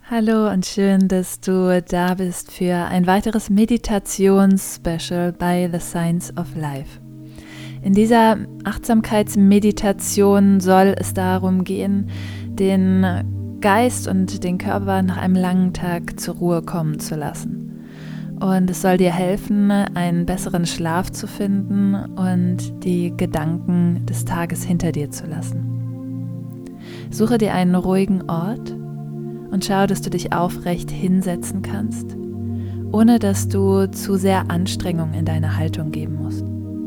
Hallo und schön, dass du da bist für ein weiteres Meditations-Special bei The Science of Life. In dieser Achtsamkeitsmeditation soll es darum gehen, den Geist und den Körper nach einem langen Tag zur Ruhe kommen zu lassen. Und es soll dir helfen, einen besseren Schlaf zu finden und die Gedanken des Tages hinter dir zu lassen. Suche dir einen ruhigen Ort und schau, dass du dich aufrecht hinsetzen kannst, ohne dass du zu sehr Anstrengung in deine Haltung geben musst.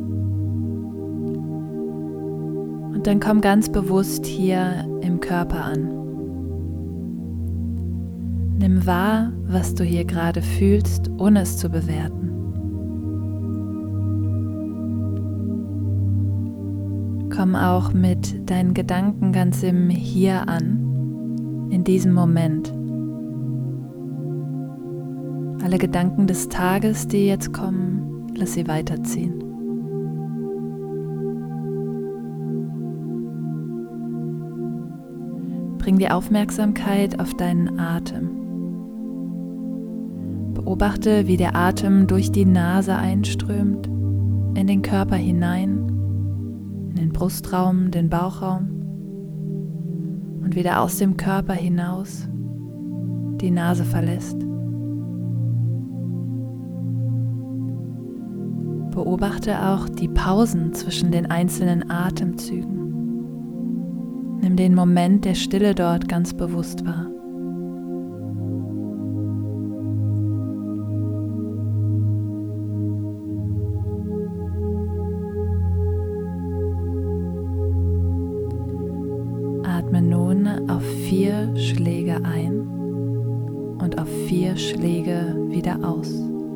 Und dann komm ganz bewusst hier im Körper an. Nimm wahr, was du hier gerade fühlst, ohne es zu bewerten. Komm auch mit deinen Gedanken ganz im Hier an. In diesem Moment. Alle Gedanken des Tages, die jetzt kommen, lass sie weiterziehen. Bring die Aufmerksamkeit auf deinen Atem. Beobachte, wie der Atem durch die Nase einströmt, in den Körper hinein, in den Brustraum, den Bauchraum. Und wieder aus dem Körper hinaus die Nase verlässt. Beobachte auch die Pausen zwischen den einzelnen Atemzügen. Nimm den Moment der Stille dort ganz bewusst wahr. Atme nun auf 4 Schläge ein und auf 4 Schläge wieder aus.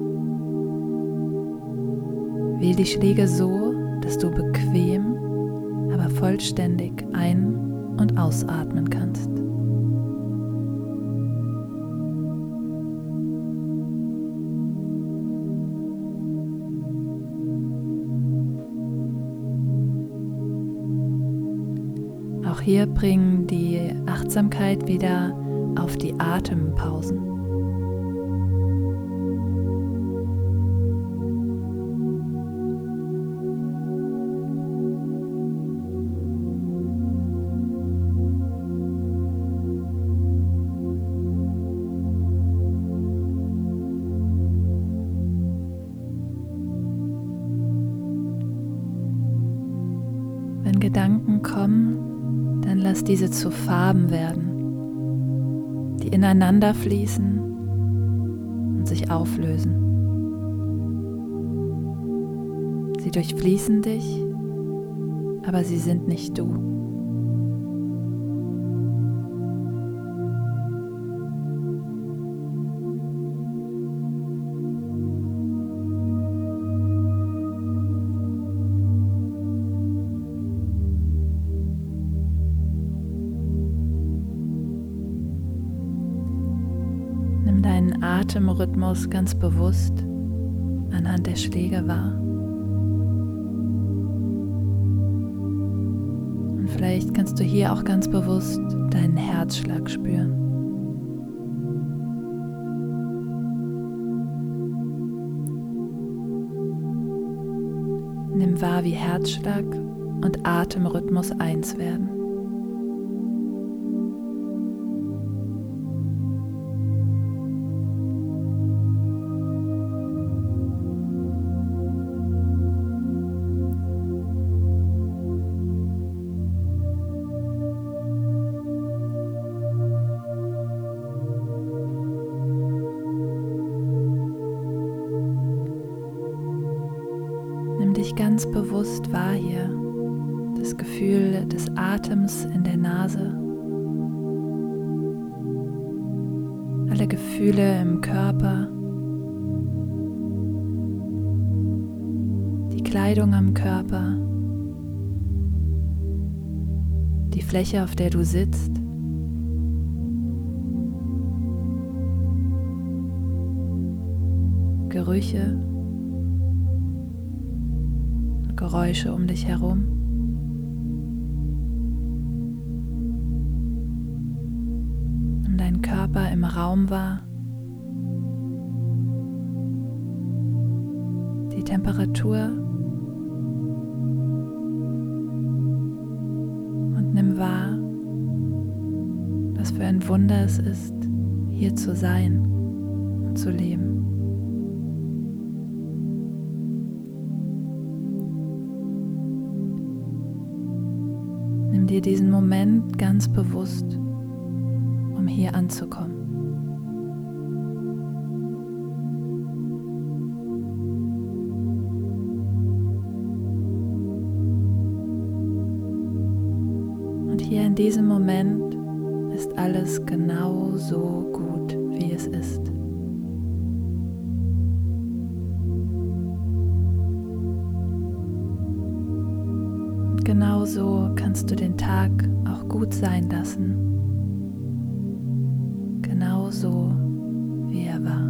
Wähl die Schläge so, dass du bequem, aber vollständig ein- und ausatmen kannst. Auch hier bring die Achtsamkeit wieder auf die Atempausen. Wenn Gedanken kommen, dann lass diese zu Farben werden, die ineinander fließen und sich auflösen. Sie durchfließen dich, aber sie sind nicht du. Nimm deinen Atemrhythmus ganz bewusst anhand der Schläge wahr. Und vielleicht kannst du hier auch ganz bewusst deinen Herzschlag spüren. Nimm wahr, wie Herzschlag und Atemrhythmus eins werden. Nimm dich ganz bewusst wahr hier, das Gefühl des Atems in der Nase, alle Gefühle im Körper, die Kleidung am Körper, die Fläche, auf der du sitzt. Gerüche, Geräusche um dich herum. dein Körper im Raum wahr, die Temperatur, und nimm wahr, was für ein Wunder es ist, hier zu sein und zu leben. Nimm dir diesen Moment ganz bewusst, um hier anzukommen. Und hier in diesem Moment ist alles genau so gut, wie es ist. Und genau so kannst du den Tag auch gut sein lassen. Genau so, wie er war.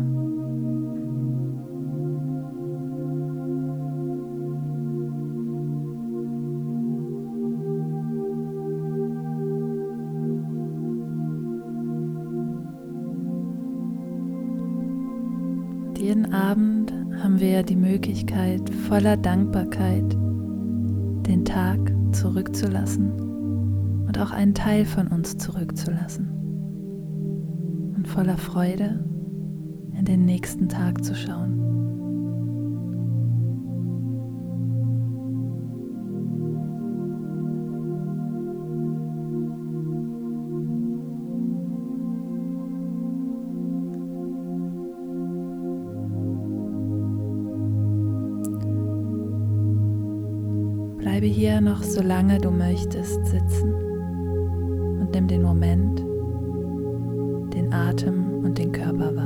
Jeden Abend haben wir die Möglichkeit, voller Dankbarkeit den Tag zurückzulassen und auch einen Teil von uns zurückzulassen und voller Freude in den nächsten Tag zu schauen. Bleibe hier noch so lange du möchtest sitzen und nimm den Moment, den Atem und den Körper wahr.